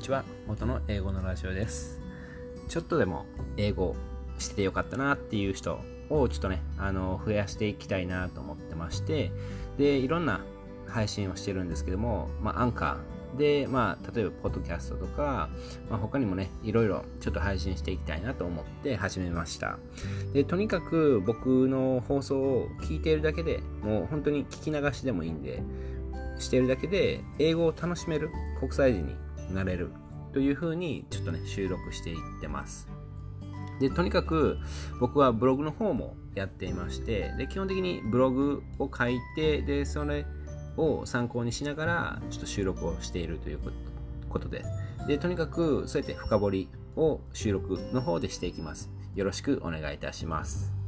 ちは。元の英語のラジオです。ちょっとでも英語しててよかったなっていう人をちょっとね、増やしていきたいなと思ってまして、で、いろんな配信をしてるんですけども、アンカーで、例えばポッドキャストとか、他にもね、いろいろちょっと配信していきたいなと思って始めました。で、とにかく僕の放送を聞いているだけでもう本当に聞き流しでもいいんで、しているだけで英語を楽しめる国際人になれるというふうにちょっとね収録していってます。で、とにかく僕はブログの方もやっていまして、で基本的にブログを書いて、でそれを参考にしながらちょっと収録をしているということで、でとにかくそうやって深掘りを収録の方でしていきます。よろしくお願いいたします。